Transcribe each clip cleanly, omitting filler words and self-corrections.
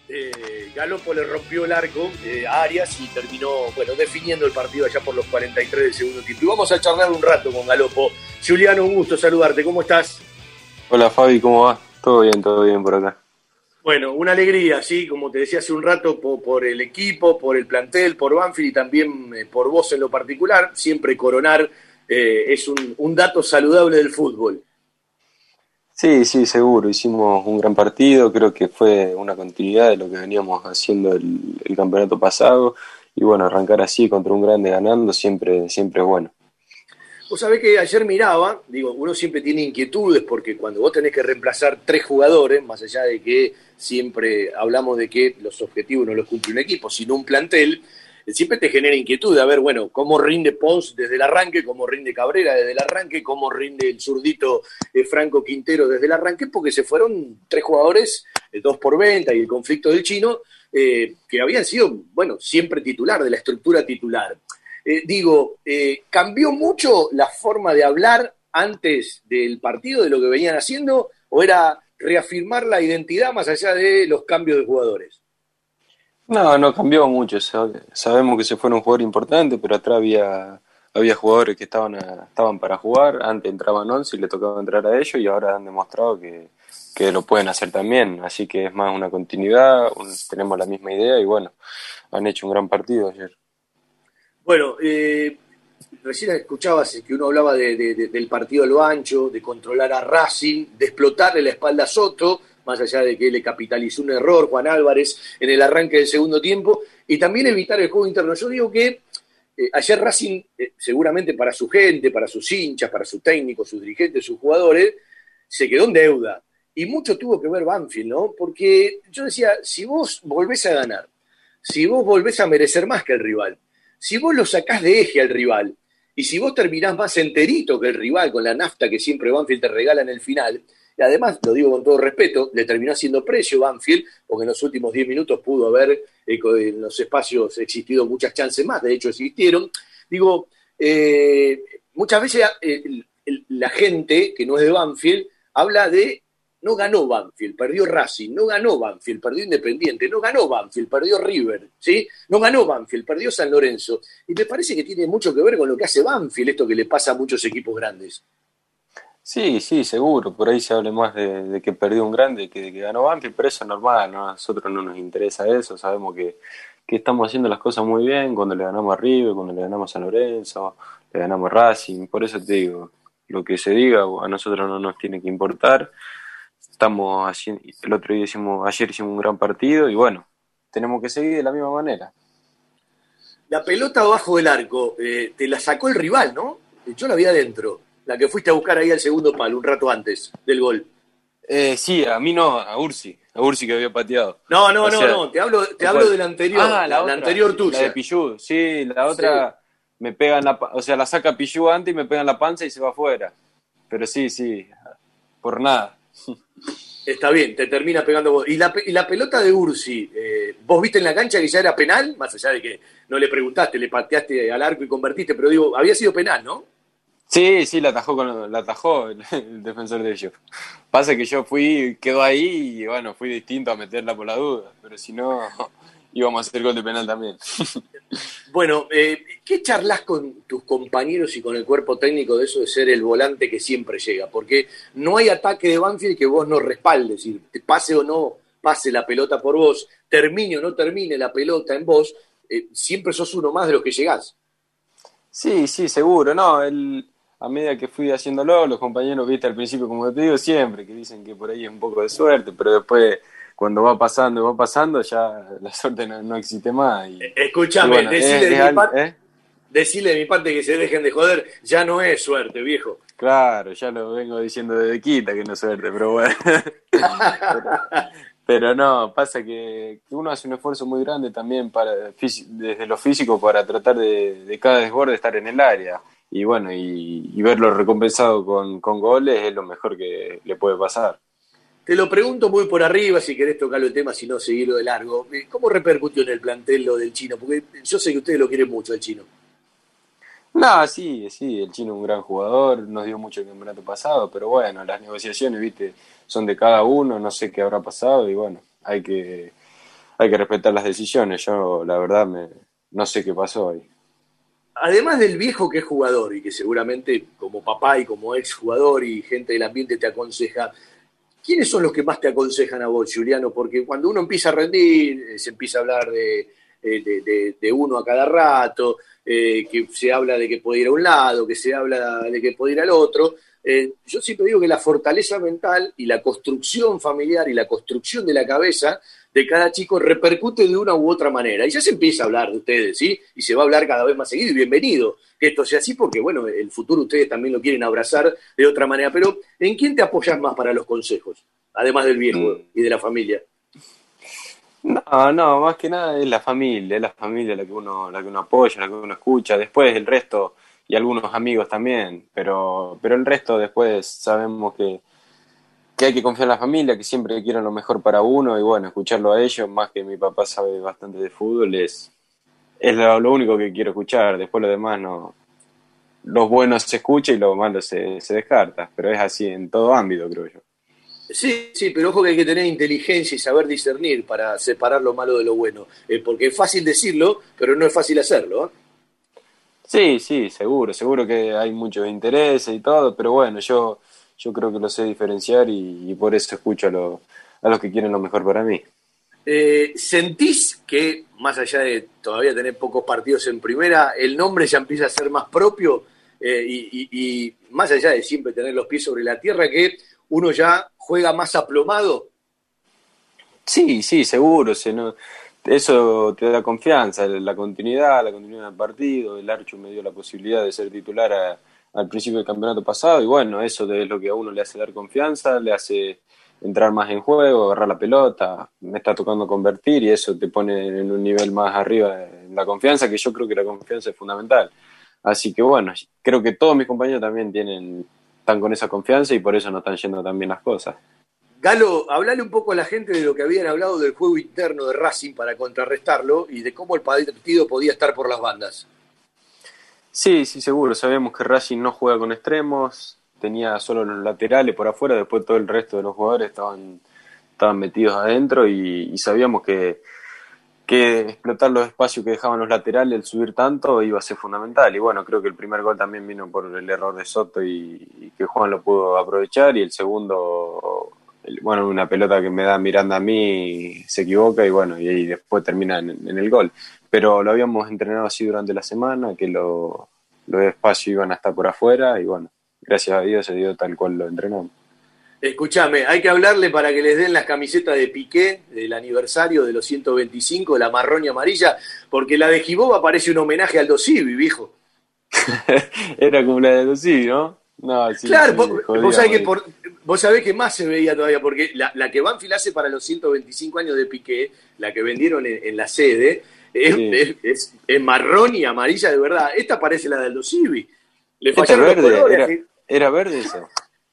Galopo le rompió el arco a Arias y terminó, definiendo el partido allá por los 43 del segundo tiempo. Y vamos a charlar un rato con Galopo. Juliano, un gusto saludarte. ¿Cómo estás? Hola Fabi, ¿cómo va? Todo bien por acá. Bueno, una alegría, sí, como te decía hace un rato, por el equipo, por el plantel, por Banfield y también por vos en lo particular. Siempre coronar es un dato saludable del fútbol. Sí, seguro, hicimos un gran partido, creo que fue una continuidad de lo que veníamos haciendo el campeonato pasado, y bueno, arrancar así contra un grande ganando siempre es bueno. Vos sabés que ayer miraba, uno siempre tiene inquietudes porque cuando vos tenés que reemplazar 3 jugadores, más allá de que siempre hablamos de que los objetivos no los cumple un equipo, sino un plantel, siempre te genera inquietud. A ver, cómo rinde Pons desde el arranque, cómo rinde Cabrera desde el arranque, cómo rinde el zurdito Franco Quintero desde el arranque, porque se fueron 3 jugadores, 2 por venta y el conflicto del Chino, que habían sido, siempre titular, de la estructura titular. ¿Cambió mucho la forma de hablar antes del partido de lo que venían haciendo o era reafirmar la identidad más allá de los cambios de jugadores? No cambió mucho, sabemos que se fue un jugador importante, pero atrás había jugadores que estaban para jugar, antes entraban 11 y le tocaba entrar a ellos y ahora han demostrado que lo pueden hacer también, así que es más una continuidad, tenemos la misma idea y bueno, han hecho un gran partido ayer. Bueno, recién escuchabas que uno hablaba del partido a lo ancho, de controlar a Racing, de explotarle la espalda a Soto, más allá de que le capitalizó un error Juan Álvarez en el arranque del segundo tiempo, y también evitar el juego interno. Yo digo que ayer Racing, seguramente para su gente, para sus hinchas, para su técnico, sus dirigentes, sus jugadores, se quedó en deuda. Y mucho tuvo que ver Banfield, ¿no? Porque yo decía, si vos volvés a ganar, si vos volvés a merecer más que el rival, si vos lo sacás de eje al rival, y si vos terminás más enterito que el rival con la nafta que siempre Banfield te regala en el final, y además, lo digo con todo respeto, le terminó haciendo precio Banfield, porque en los últimos 10 minutos pudo haber en los espacios existido muchas chances más, de hecho existieron. Muchas veces la gente que no es de Banfield habla de no ganó Banfield, perdió Racing, no ganó Banfield, perdió Independiente, no ganó Banfield, perdió River, ¿sí? No ganó Banfield, perdió San Lorenzo. Y me parece que tiene mucho que ver con lo que hace Banfield, esto que le pasa a muchos equipos grandes. Sí, seguro, por ahí se habla más de que perdió un grande que de que ganó Banfield, pero eso es normal, ¿no? A nosotros no nos interesa eso, sabemos que estamos haciendo las cosas muy bien cuando le ganamos a River, cuando le ganamos a San Lorenzo, le ganamos a Racing, por eso te digo, lo que se diga a nosotros no nos tiene que importar. Estamos haciendo, ayer hicimos un gran partido y bueno, tenemos que seguir de la misma manera. La pelota abajo del arco, te la sacó el rival, ¿no? Yo la vi adentro, la que fuiste a buscar ahí al segundo palo, un rato antes del gol. Sí, a mí no, a Ursi que había pateado. No, te hablo de la anterior, la anterior tuya. La de Pichu, sí, la otra me pega la saca Pichu antes y me pega en la panza y se va afuera. Pero sí, por nada. Está bien, te termina pegando vos. ¿Y la pelota de Ursi, vos viste en la cancha que ya era penal? Más allá de que no le preguntaste, le pateaste al arco y convertiste, pero había sido penal, ¿no? Sí, la atajó el defensor de ellos. Pasa que yo quedó ahí y bueno, fui distinto a meterla por la duda, pero si no, íbamos a hacer gol de penal también. Bueno, ¿qué charlas con tus compañeros y con el cuerpo técnico de eso de ser el volante que siempre llega? Porque no hay ataque de Banfield que vos no respaldes, es decir, te pase o no pase la pelota por vos, termine o no termine la pelota en vos, siempre sos uno más de los que llegás. Sí, seguro, ¿no? A medida que fui haciéndolo, los compañeros, viste, al principio, como te digo, siempre, que dicen que por ahí es un poco de suerte, pero después, cuando va pasando, ya la suerte no existe más. Escúchame, bueno, decile de mi parte que se dejen de joder, ya no es suerte, viejo. Claro, ya lo vengo diciendo desde quita que no es suerte, pero bueno. Pero no, pasa que uno hace un esfuerzo muy grande también desde lo físico para tratar de cada desborde estar en el área. Y bueno, y verlo recompensado con goles es lo mejor que le puede pasar. Te lo pregunto muy por arriba, si querés tocarlo el tema, si no, seguirlo de largo. ¿Cómo repercutió en el plantel lo del Chino? Porque yo sé que ustedes lo quieren mucho, el Chino. No, sí, el Chino es un gran jugador, nos dio mucho el campeonato pasado, pero bueno, las negociaciones, viste, son de cada uno, no sé qué habrá pasado y bueno, hay que respetar las decisiones. Yo, la verdad, no sé qué pasó ahí. Además del viejo que es jugador y que seguramente como papá y como ex jugador y gente del ambiente te aconseja, ¿quiénes son los que más te aconsejan a vos, Juliano? Porque cuando uno empieza a rendir, se empieza a hablar de uno a cada rato, que se habla de que puede ir a un lado, que se habla de que puede ir al otro. Yo siempre digo que la fortaleza mental y la construcción familiar y la construcción de la cabeza de cada chico repercute de una u otra manera. Y ya se empieza a hablar de ustedes, ¿sí? Y se va a hablar cada vez más seguido y bienvenido que esto sea así porque, bueno, el futuro ustedes también lo quieren abrazar de otra manera. Pero, ¿en quién te apoyas más para los consejos? Además del viejo Mm. y de la familia. No, no, más que nada es la familia la que uno apoya, la que uno escucha. Después el resto, y algunos amigos también, pero el resto después sabemos que hay que confiar en la familia, que siempre quieren lo mejor para uno, y bueno, escucharlo a ellos, más que mi papá sabe bastante de fútbol, es lo único que quiero escuchar. Después lo demás no. Los buenos se escucha y lo malo se descarta, pero es así en todo ámbito, creo yo. Sí, sí, pero ojo que hay que tener inteligencia y saber discernir para separar lo malo de lo bueno. Porque es fácil decirlo, pero no es fácil hacerlo. ¿Eh? Sí, sí, seguro, seguro que hay muchos intereses y todo, pero bueno, yo creo que lo sé diferenciar y por eso escucho a los que quieren lo mejor para mí. ¿Sentís que, más allá de todavía tener pocos partidos en primera, el nombre ya empieza a ser más propio y más allá de siempre tener los pies sobre la tierra, que uno ya juega más aplomado? Sí, sí, seguro, no, eso te da confianza, la continuidad del partido. El Archu me dio la posibilidad de ser titular al principio del campeonato pasado y bueno, eso es lo que a uno le hace dar confianza, le hace entrar más en juego, agarrar la pelota, me está tocando convertir y eso te pone en un nivel más arriba en la confianza, que yo creo que la confianza es fundamental. Así que bueno, creo que todos mis compañeros también están con esa confianza y por eso no están yendo tan bien las cosas. Galo, hablale un poco a la gente de lo que habían hablado del juego interno de Racing para contrarrestarlo y de cómo el partido podía estar por las bandas. Sí, sí, seguro. Sabíamos que Racing no juega con extremos, tenía solo los laterales por afuera, después todo el resto de los jugadores estaban metidos adentro y sabíamos que explotar los espacios que dejaban los laterales, el subir tanto, iba a ser fundamental. Y bueno, creo que el primer gol también vino por el error de Soto y que Juan lo pudo aprovechar y el segundo, bueno, una pelota que me da Miranda a mí, se equivoca y bueno, y ahí después termina en el gol. Pero lo habíamos entrenado así durante la semana, que los espacios iban a estar por afuera y bueno, gracias a Dios se dio tal cual lo entrenamos. Escúchame, hay que hablarle para que les den las camisetas de Piqué del aniversario de los 125, la marrón y amarilla, porque la de Giboba parece un homenaje al Dosivi, viejo. Era como la de los sí, ¿no? No, sí, Claro, sí, vos jodía sabés morir. vos sabés que más se veía todavía, porque la que Banfield hace para los 125 años de Piqué, la que vendieron en la sede, Sí. es marrón y amarilla de verdad. Esta parece la del Dosivi. Le Era fallaron los verde, colores. era verde eso.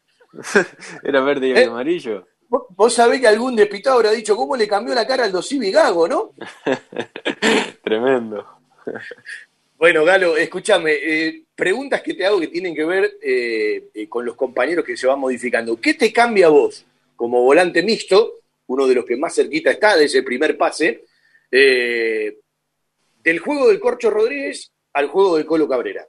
Era verde y ¿Eh? amarillo. Vos sabés que algún despistado habrá dicho, ¿cómo le cambió la cara al Dosivi Gago, no? Tremendo. Bueno, Galo, escúchame, preguntas que te hago que tienen que ver con los compañeros que se van modificando. ¿Qué te cambia a vos como volante mixto, uno de los que más cerquita está de ese primer pase, eh, del juego del Corcho Rodríguez al juego del Colo Cabrera?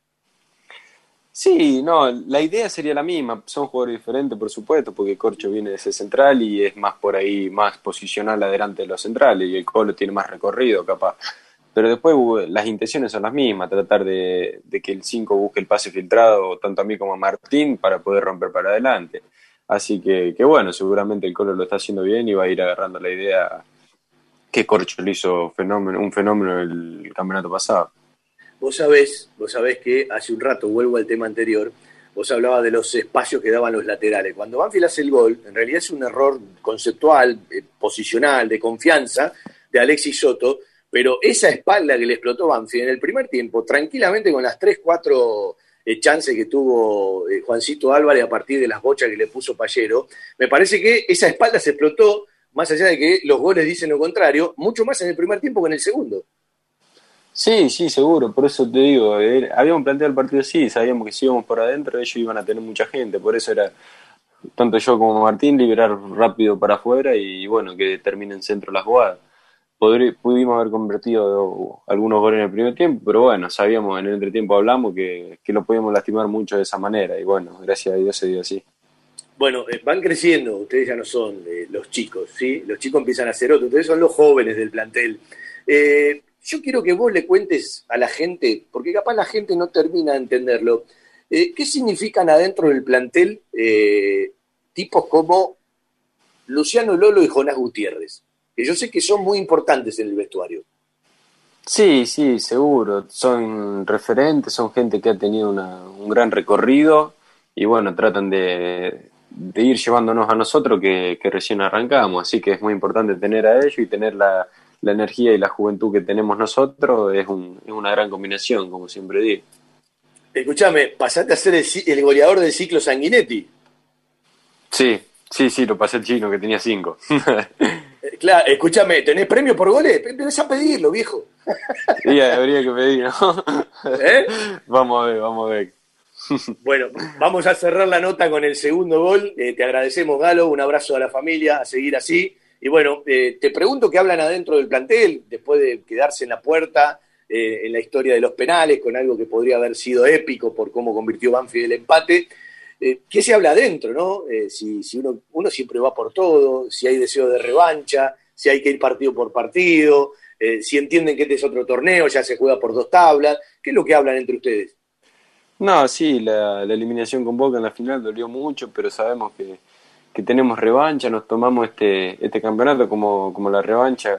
Sí, no, la idea sería la misma. Son jugadores diferentes, por supuesto, porque Corcho viene de ser central y es más por ahí, más posicional adelante de los centrales y el Colo tiene más recorrido, capaz. Pero después las intenciones son las mismas, tratar de que el 5 busque el pase filtrado tanto a mí como a Martín para poder romper para adelante. Así que bueno, seguramente el Colo lo está haciendo bien y va a ir agarrando la idea que Corcho lo hizo un fenómeno el campeonato pasado. Vos sabés que hace un rato, vuelvo al tema anterior, vos hablabas de los espacios que daban los laterales. Cuando Banfield hace el gol, en realidad es un error conceptual, posicional, de confianza de Alexis Soto, pero esa espalda que le explotó Banfield en el primer tiempo, tranquilamente con las 3 4 chances que tuvo Juancito Álvarez a partir de las bochas que le puso Payero, me parece que esa espalda se explotó, más allá de que los goles dicen lo contrario, mucho más en el primer tiempo que en el segundo. Sí, sí, seguro, por eso te digo, habíamos planteado el partido así, sabíamos que si íbamos por adentro ellos iban a tener mucha gente, por eso era tanto yo como Martín liberar rápido para afuera y bueno, que termine en centro la jugada. pudimos haber convertido algunos goles en el primer tiempo, pero bueno, sabíamos, en el entretiempo hablamos que lo podíamos lastimar mucho de esa manera, y bueno, gracias a Dios se dio así. Bueno, van creciendo, ustedes ya no son los chicos, ¿sí? Los chicos empiezan a ser otros, ustedes son los jóvenes del plantel. Yo quiero que vos le cuentes a la gente, porque capaz la gente no termina de entenderlo, ¿qué significan adentro del plantel tipos como Luciano Lolo y Jonás Gutiérrez? Que yo sé que son muy importantes en el vestuario. Sí, sí, seguro, son referentes, son gente que ha tenido un gran recorrido, y bueno, tratan de ir llevándonos a nosotros que recién arrancamos, así que es muy importante tener a ellos y tener la energía y la juventud que tenemos nosotros, es una gran combinación, como siempre digo. Escuchame, pasaste a ser el goleador del ciclo Sanguinetti. Sí, sí, lo pasé el chino que tenía 5. Claro, escúchame, ¿tenés premio por goles? Empezá a pedirlo, viejo. Sí, habría que pedir, ¿no? ¿Eh? Vamos a ver. Bueno, vamos a cerrar la nota con el segundo gol. Te agradecemos, Galo, un abrazo a la familia, a seguir así. Y bueno, te pregunto qué hablan adentro del plantel, después de quedarse en la puerta, en la historia de los penales, con algo que podría haber sido épico por cómo convirtió Banfield el empate. ¿Qué se habla adentro, no? Si uno siempre va por todo, si hay deseo de revancha, si hay que ir partido por partido, si entienden que este es otro torneo, ya se juega por 2 tablas. ¿Qué es lo que hablan entre ustedes? No, sí, la eliminación con Boca en la final dolió mucho, pero sabemos que tenemos revancha, nos tomamos este campeonato como la revancha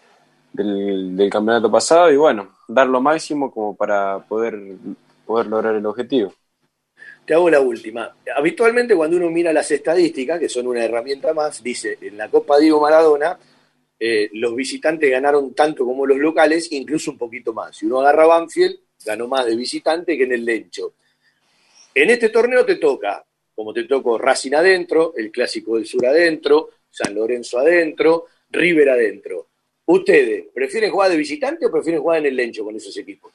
del campeonato pasado, y bueno, dar lo máximo como para poder lograr el objetivo. Te hago la última. Habitualmente cuando uno mira las estadísticas, que son una herramienta más, dice, en la Copa Diego Maradona, los visitantes ganaron tanto como los locales, incluso un poquito más. Si uno agarra Banfield, ganó más de visitante que en el Lencho. En este torneo te toca, como te tocó Racing adentro, el Clásico del Sur adentro, San Lorenzo adentro, River adentro. ¿Ustedes prefieren jugar de visitante o prefieren jugar en el Lencho con esos equipos?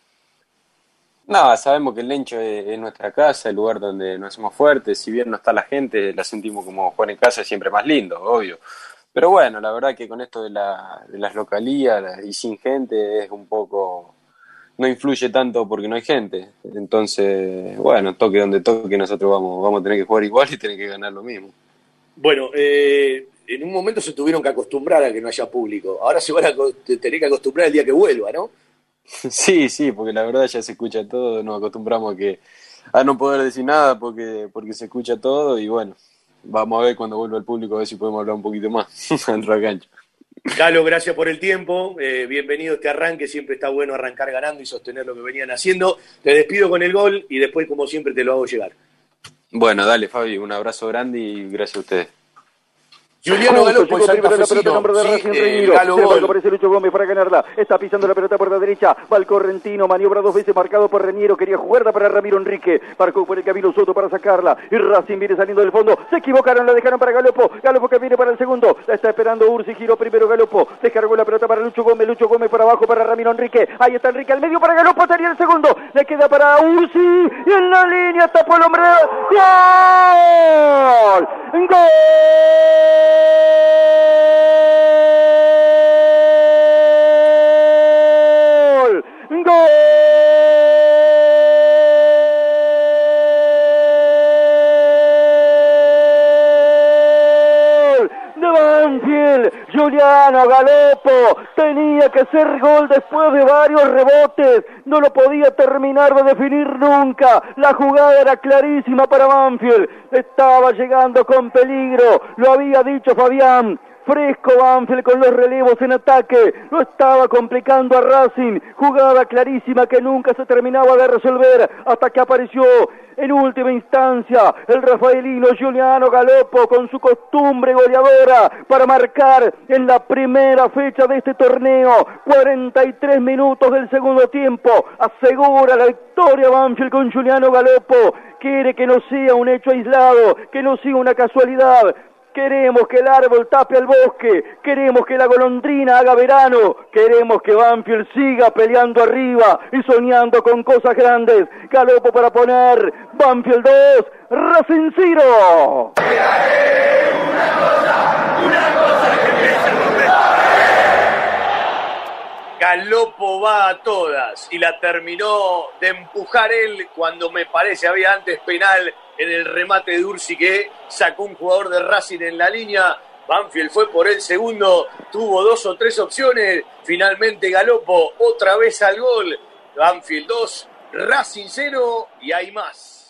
No, sabemos que el Lencho es nuestra casa, el lugar donde nos hacemos fuertes. Si bien no está la gente, la sentimos como jugar en casa, es siempre más lindo, obvio. Pero bueno, la verdad que con esto de las localías y sin gente es un poco... no influye tanto porque no hay gente. Entonces, bueno, toque donde toque, nosotros vamos a tener que jugar igual y tener que ganar lo mismo. Bueno, en un momento se tuvieron que acostumbrar a que no haya público. Ahora se van a tener que acostumbrar el día que vuelva, ¿no? Sí, porque la verdad ya se escucha todo, nos acostumbramos a no poder decir nada porque se escucha todo, y bueno, vamos a ver cuando vuelva el público a ver si podemos hablar un poquito más dentro de la cancha. Galo, gracias por el tiempo, bienvenido a este arranque, siempre está bueno arrancar ganando y sostener lo que venían haciendo. Te despido con el gol y después, como siempre, te lo hago llegar. Bueno, dale, Fabi, un abrazo grande y gracias a ustedes. Juliano Galopo, el primero la pelota, nombre de Racing Reñero. Sin embargo aparece Lucho Gómez para ganarla. Está pisando la pelota por la derecha. Va el correntino, maniobra 2 veces marcado por Reñero. Quería jugarla para Ramiro Enrique. Marcó por el Camilo Soto para sacarla. Y Racing viene saliendo del fondo. Se equivocaron, la dejaron para Galopo. Galopo que viene para el segundo. La está esperando Ursi, giró primero Galopo. Descargó la pelota para Lucho Gómez para abajo para Ramiro Enrique. Ahí está Enrique al medio para Galopo. Sería el segundo. Le queda para Ursi. Y en la línea tapó el hombre. ¡Gol! ¡Gol! ¡Gol! De Banfield, Juliano Galopo tenía que ser gol después de varios rebotes, no lo podía terminar de definir nunca, la jugada era clarísima para Banfield, estaba llegando con peligro, lo había dicho Fabián. Fresco Banfield con los relevos en ataque, lo estaba complicando a Racing, jugada clarísima que nunca se terminaba de resolver hasta que apareció en última instancia el rafaelino Juliano Galopo con su costumbre goleadora para marcar en la primera fecha de este torneo. 43 minutos del segundo tiempo, asegura la victoria Banfield con Juliano Galopo. Quiere que no sea un hecho aislado, que no sea una casualidad. Queremos que el árbol tape al bosque, queremos que la golondrina haga verano, queremos que Banfield siga peleando arriba y soñando con cosas grandes. Galopo para poner Banfield 2, Racing 0. Una cosa que empieza a romper. Galopo va a todas y la terminó de empujar él cuando me parece había antes penal en el remate de Ursi que sacó un jugador de Racing en la línea. Banfield fue por el segundo, tuvo 2 o 3 opciones, finalmente Galopo otra vez al gol. Banfield 2, Racing 0 y hay más.